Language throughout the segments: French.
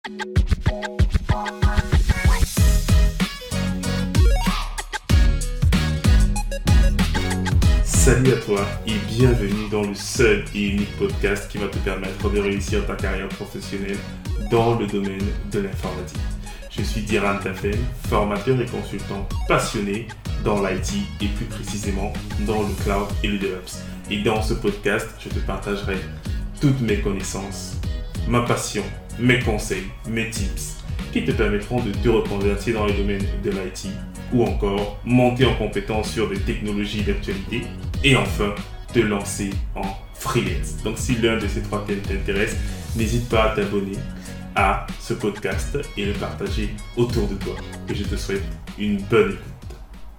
Salut à toi et bienvenue dans le seul et unique podcast qui va te permettre de réussir ta carrière professionnelle dans le domaine de l'informatique. Je suis Diran Tafel, formateur et consultant passionné dans l'IT et plus précisément dans le cloud et le DevOps. Et dans ce podcast, je te partagerai toutes mes connaissances, ma passion, mes conseils, mes tips qui te permettront de te reconvertir dans le domaine de l'IT ou encore monter en compétence sur des technologies d'actualité et enfin te lancer en freelance. Donc si l'un de ces trois thèmes t'intéresse, n'hésite pas à t'abonner à ce podcast et le partager autour de toi. Et je te souhaite une bonne écoute.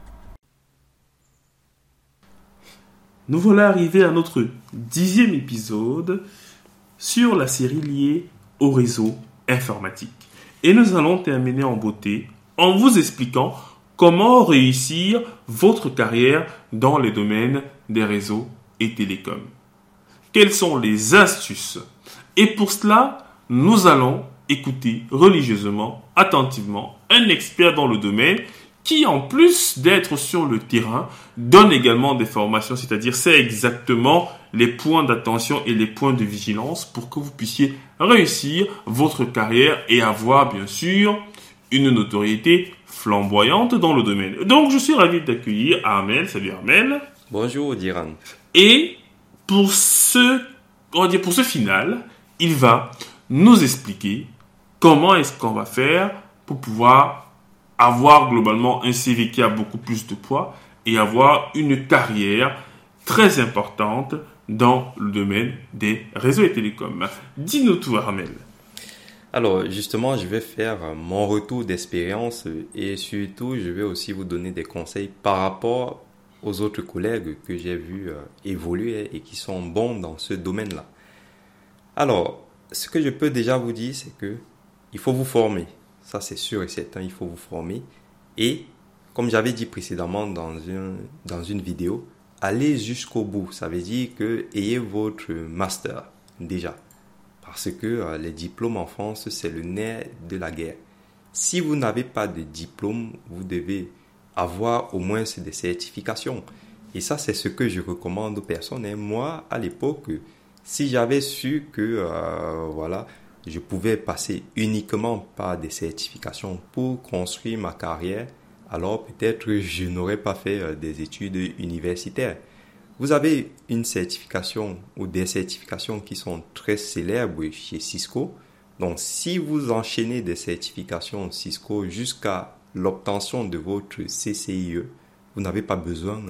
Nous voilà arrivés à notre 10e épisode sur la série liée au réseau informatique. Et nous allons terminer en beauté en vous expliquant comment réussir votre carrière dans les domaines des réseaux et télécoms. Quelles sont les astuces? Et pour cela, nous allons écouter religieusement, attentivement, un expert dans le domaine qui, en plus d'être sur le terrain, donne également des formations, c'est-à-dire sait exactement les points d'attention et les points de vigilance pour que vous puissiez réussir votre carrière et avoir, bien sûr, une notoriété flamboyante dans le domaine. Donc, je suis ravi d'accueillir Armel. Salut Armel. Bonjour Diran. Et pour ce final, il va nous expliquer comment est-ce qu'on va faire pour pouvoir avoir globalement un CV qui a beaucoup plus de poids et avoir une carrière très importante dans le domaine des réseaux et télécoms. Dis-nous tout, Armel. Alors justement, je vais faire mon retour d'expérience et surtout, je vais aussi vous donner des conseils par rapport aux autres collègues que j'ai vus évoluer et qui sont bons dans ce domaine-là. Alors, ce que je peux déjà vous dire, c'est que il faut vous former. Ça, c'est sûr et certain, il faut vous former. Et, comme j'avais dit précédemment dans une vidéo, allez jusqu'au bout. Ça veut dire que ayez votre master déjà. Parce que les diplômes en France, c'est le nerf de la guerre. Si vous n'avez pas de diplôme, vous devez avoir au moins des certifications. Et ça, c'est ce que je recommande aux personnes. Et moi, à l'époque, si j'avais su que je pouvais passer uniquement par des certifications pour construire ma carrière, alors peut-être je n'aurais pas fait des études universitaires. Vous avez une certification ou des certifications qui sont très célèbres chez Cisco. Donc, si vous enchaînez des certifications Cisco jusqu'à l'obtention de votre CCIE, vous n'avez pas besoin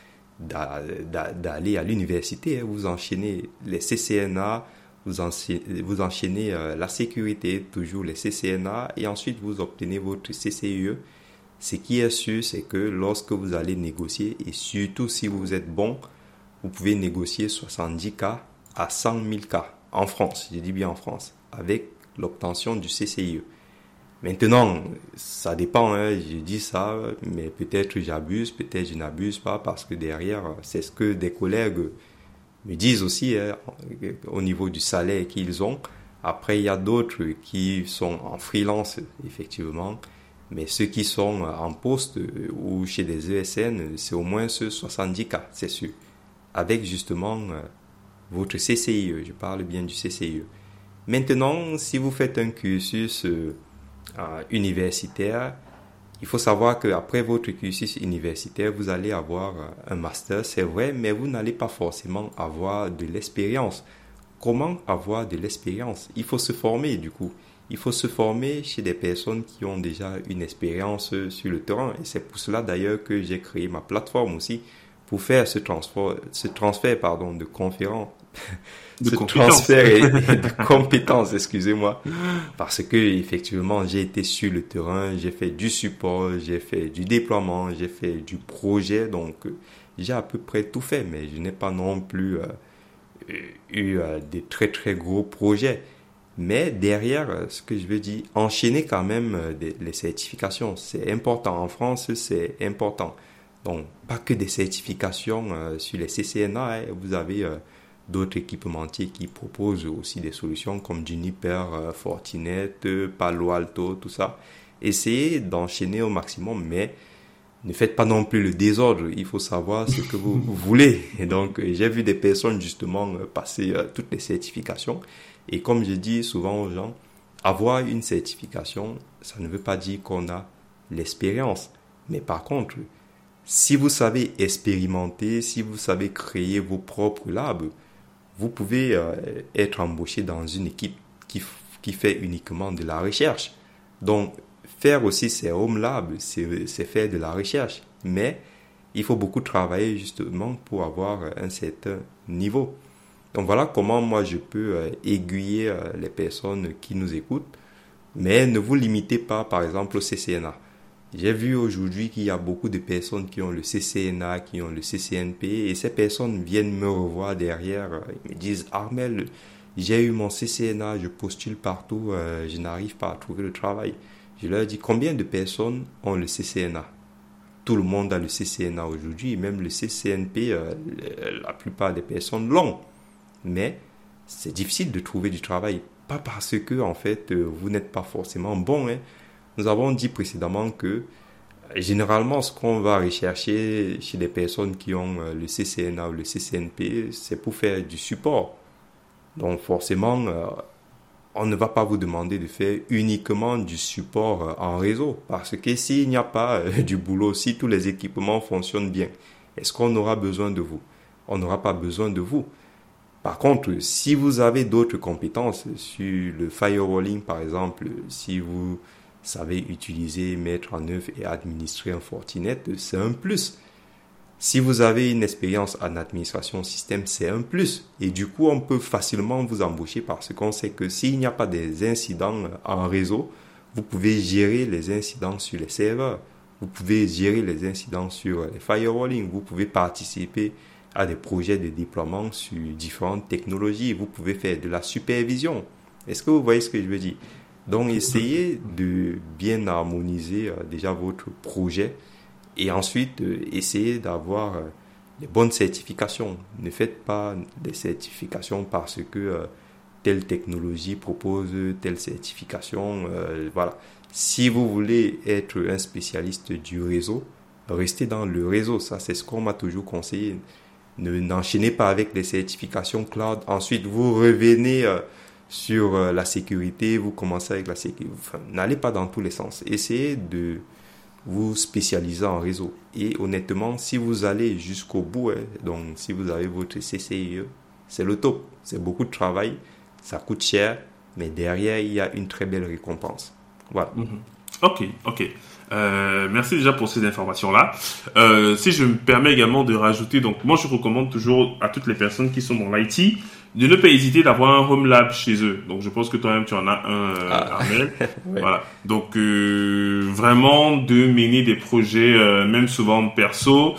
d'aller à l'université. Vous enchaînez les CCNA, vous enchaînez la sécurité, toujours les CCNA, et ensuite vous obtenez votre CCIE. Ce qui est sûr, c'est que lorsque vous allez négocier, et surtout si vous êtes bon, vous pouvez négocier 70K à 100 000K en France, je dis bien en France, avec l'obtention du CCIE. Maintenant, ça dépend, je dis ça, mais peut-être j'abuse, peut-être je n'abuse pas, parce que derrière, c'est ce que des collègues me disent aussi au niveau du salaire qu'ils ont. Après, il y a d'autres qui sont en freelance, effectivement, mais ceux qui sont en poste ou chez des ESN, c'est au moins ce 70K, c'est sûr. Avec justement votre CCIE, je parle bien du CCIE. Maintenant, si vous faites un cursus universitaire, il faut savoir qu'après votre cursus universitaire, vous allez avoir un master, c'est vrai, mais vous n'allez pas forcément avoir de l'expérience. Comment avoir de l'expérience? Il faut se former du coup. Il faut se former chez des personnes qui ont déjà une expérience sur le terrain. Et c'est pour cela d'ailleurs que j'ai créé ma plateforme aussi, pour faire ce transfert de conférences. Transfert et de compétences, excusez-moi. Parce que, effectivement, j'ai été sur le terrain, j'ai fait du support, j'ai fait du déploiement, j'ai fait du projet. Donc, j'ai à peu près tout fait, mais je n'ai pas non plus eu des très, très gros projets. Mais derrière, ce que je veux dire, enchaîner quand même les certifications, c'est important. En France, c'est important. Donc, pas que des certifications sur les CCNA, vous avez d'autres équipementiers qui proposent aussi des solutions comme Juniper, Fortinet, Palo Alto, tout ça. Essayez d'enchaîner au maximum, mais ne faites pas non plus le désordre. Il faut savoir ce que vous voulez. Et donc, j'ai vu des personnes justement passer toutes les certifications. Et comme je dis souvent aux gens, avoir une certification, ça ne veut pas dire qu'on a l'expérience. Mais par contre, si vous savez expérimenter, si vous savez créer vos propres labs, vous pouvez être embauché dans une équipe qui fait uniquement de la recherche. Donc, faire aussi ces home labs, c'est faire de la recherche. Mais il faut beaucoup travailler justement pour avoir un certain niveau. Donc, voilà comment moi je peux aiguiller les personnes qui nous écoutent. Mais ne vous limitez pas, par exemple, au CCNA. J'ai vu aujourd'hui qu'il y a beaucoup de personnes qui ont le CCNA, qui ont le CCNP, et ces personnes viennent me revoir derrière. Ils me disent, Armel, j'ai eu mon CCNA, je postule partout, je n'arrive pas à trouver le travail. Je leur dis, combien de personnes ont le CCNA? Tout le monde a le CCNA aujourd'hui, même le CCNP, la plupart des personnes l'ont. Mais c'est difficile de trouver du travail. Pas parce que, en fait, vous n'êtes pas forcément bon, hein. Nous avons dit précédemment que généralement, ce qu'on va rechercher chez les personnes qui ont le CCNA ou le CCNP, c'est pour faire du support. Donc forcément, on ne va pas vous demander de faire uniquement du support en réseau. Parce que s'il n'y a pas du boulot, si tous les équipements fonctionnent bien, est-ce qu'on aura besoin de vous? On n'aura pas besoin de vous. Par contre, si vous avez d'autres compétences sur le firewalling, par exemple, si vous savez utiliser, mettre en œuvre et administrer un Fortinet, c'est un plus. Si vous avez une expérience en administration système, c'est un plus. Et du coup, on peut facilement vous embaucher parce qu'on sait que s'il n'y a pas des incidents en réseau, vous pouvez gérer les incidents sur les serveurs. Vous pouvez gérer les incidents sur les firewalling. Vous pouvez participer à des projets de déploiement sur différentes technologies. Vous pouvez faire de la supervision. Est-ce que vous voyez ce que je veux dire? Donc, essayez de bien harmoniser déjà votre projet et ensuite essayez d'avoir les bonnes certifications. Ne faites pas des certifications parce que telle technologie propose telle certification. Voilà. Si vous voulez être un spécialiste du réseau, restez dans le réseau. Ça, c'est ce qu'on m'a toujours conseillé. N'enchaînez pas avec les certifications cloud. Ensuite, vous revenez sur la sécurité, vous commencez avec la sécurité. Enfin, n'allez pas dans tous les sens. Essayez de vous spécialiser en réseau. Et honnêtement, si vous allez jusqu'au bout, donc si vous avez votre CCIE, c'est le top. C'est beaucoup de travail, ça coûte cher, mais derrière, il y a une très belle récompense. Voilà. Ok. Merci déjà pour ces informations-là. Si je me permets également de rajouter, donc moi je recommande toujours à toutes les personnes qui sont dans l'IT de ne pas hésiter d'avoir un home lab chez eux. Donc je pense que toi-même tu en as un, Armel. Ouais. Voilà. Donc vraiment de mener des projets, même souvent perso.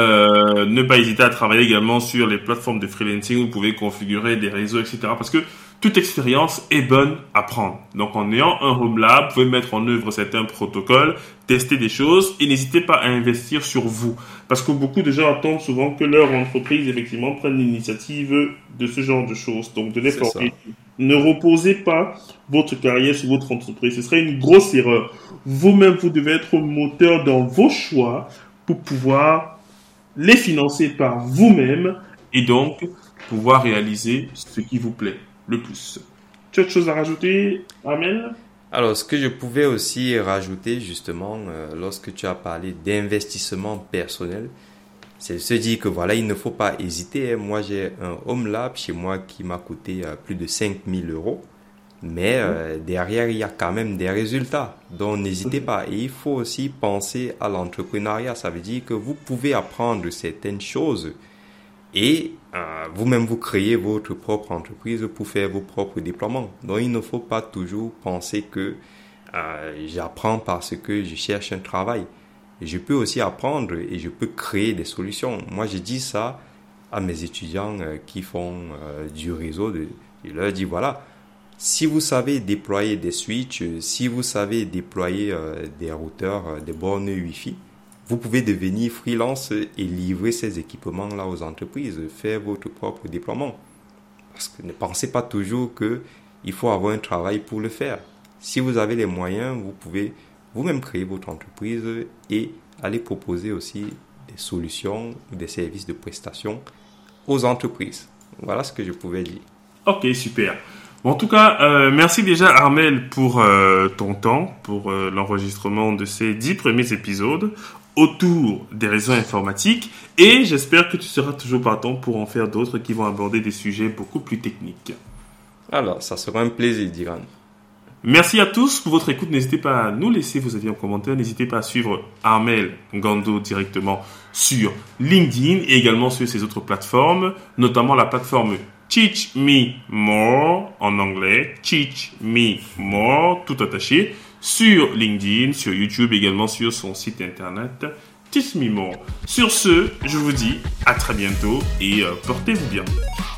Ne pas hésiter à travailler également sur les plateformes de freelancing où vous pouvez configurer des réseaux, etc. Parce que toute expérience est bonne à prendre. Donc, en ayant un home lab, vous pouvez mettre en œuvre certains protocoles, tester des choses et n'hésitez pas à investir sur vous. Parce que beaucoup de gens attendent souvent que leur entreprise, effectivement, prenne l'initiative de ce genre de choses. Donc, de les former. Ne reposez pas votre carrière sur votre entreprise. Ce serait une grosse erreur. Vous-même, vous devez être moteur dans vos choix pour pouvoir les financer par vous-même et donc pouvoir réaliser ce qui vous plaît le plus. Tu as autre chose à rajouter, Amel? Alors, ce que je pouvais aussi rajouter justement, lorsque tu as parlé d'investissement personnel, c'est de se dire que voilà, il ne faut pas hésiter. Moi, j'ai un home lab chez moi qui m'a coûté plus de 5 000 euros. Mais derrière, il y a quand même des résultats. Donc, n'hésitez pas. Et il faut aussi penser à l'entrepreneuriat. Ça veut dire que vous pouvez apprendre certaines choses et vous-même, vous créez votre propre entreprise pour faire vos propres déploiements. Donc, il ne faut pas toujours penser que j'apprends parce que je cherche un travail. Je peux aussi apprendre et je peux créer des solutions. Moi, je dis ça à mes étudiants qui font du réseau. Je leur dis, voilà, si vous savez déployer des switches, si vous savez déployer des routeurs, des bornes Wi-Fi, vous pouvez devenir freelance et livrer ces équipements-là aux entreprises, faire votre propre déploiement. Parce que ne pensez pas toujours qu'il faut avoir un travail pour le faire. Si vous avez les moyens, vous pouvez vous-même créer votre entreprise et aller proposer aussi des solutions ou des services de prestation aux entreprises. Voilà ce que je pouvais dire. Ok, super. Bon, en tout cas, merci déjà Armel pour ton temps, pour l'enregistrement de ces 10 premiers épisodes autour des réseaux informatiques. Et j'espère que tu seras toujours partant pour en faire d'autres qui vont aborder des sujets beaucoup plus techniques. Alors, ça sera un plaisir, Diran. Merci à tous pour votre écoute. N'hésitez pas à nous laisser vos avis en commentaire. N'hésitez pas à suivre Armel Ngando directement sur LinkedIn et également sur ses autres plateformes, notamment la plateforme Teach Me More en anglais, Teach Me More, tout attaché, sur LinkedIn, sur YouTube, également sur son site internet Teach Me More. Sur ce, je vous dis à très bientôt et portez-vous bien.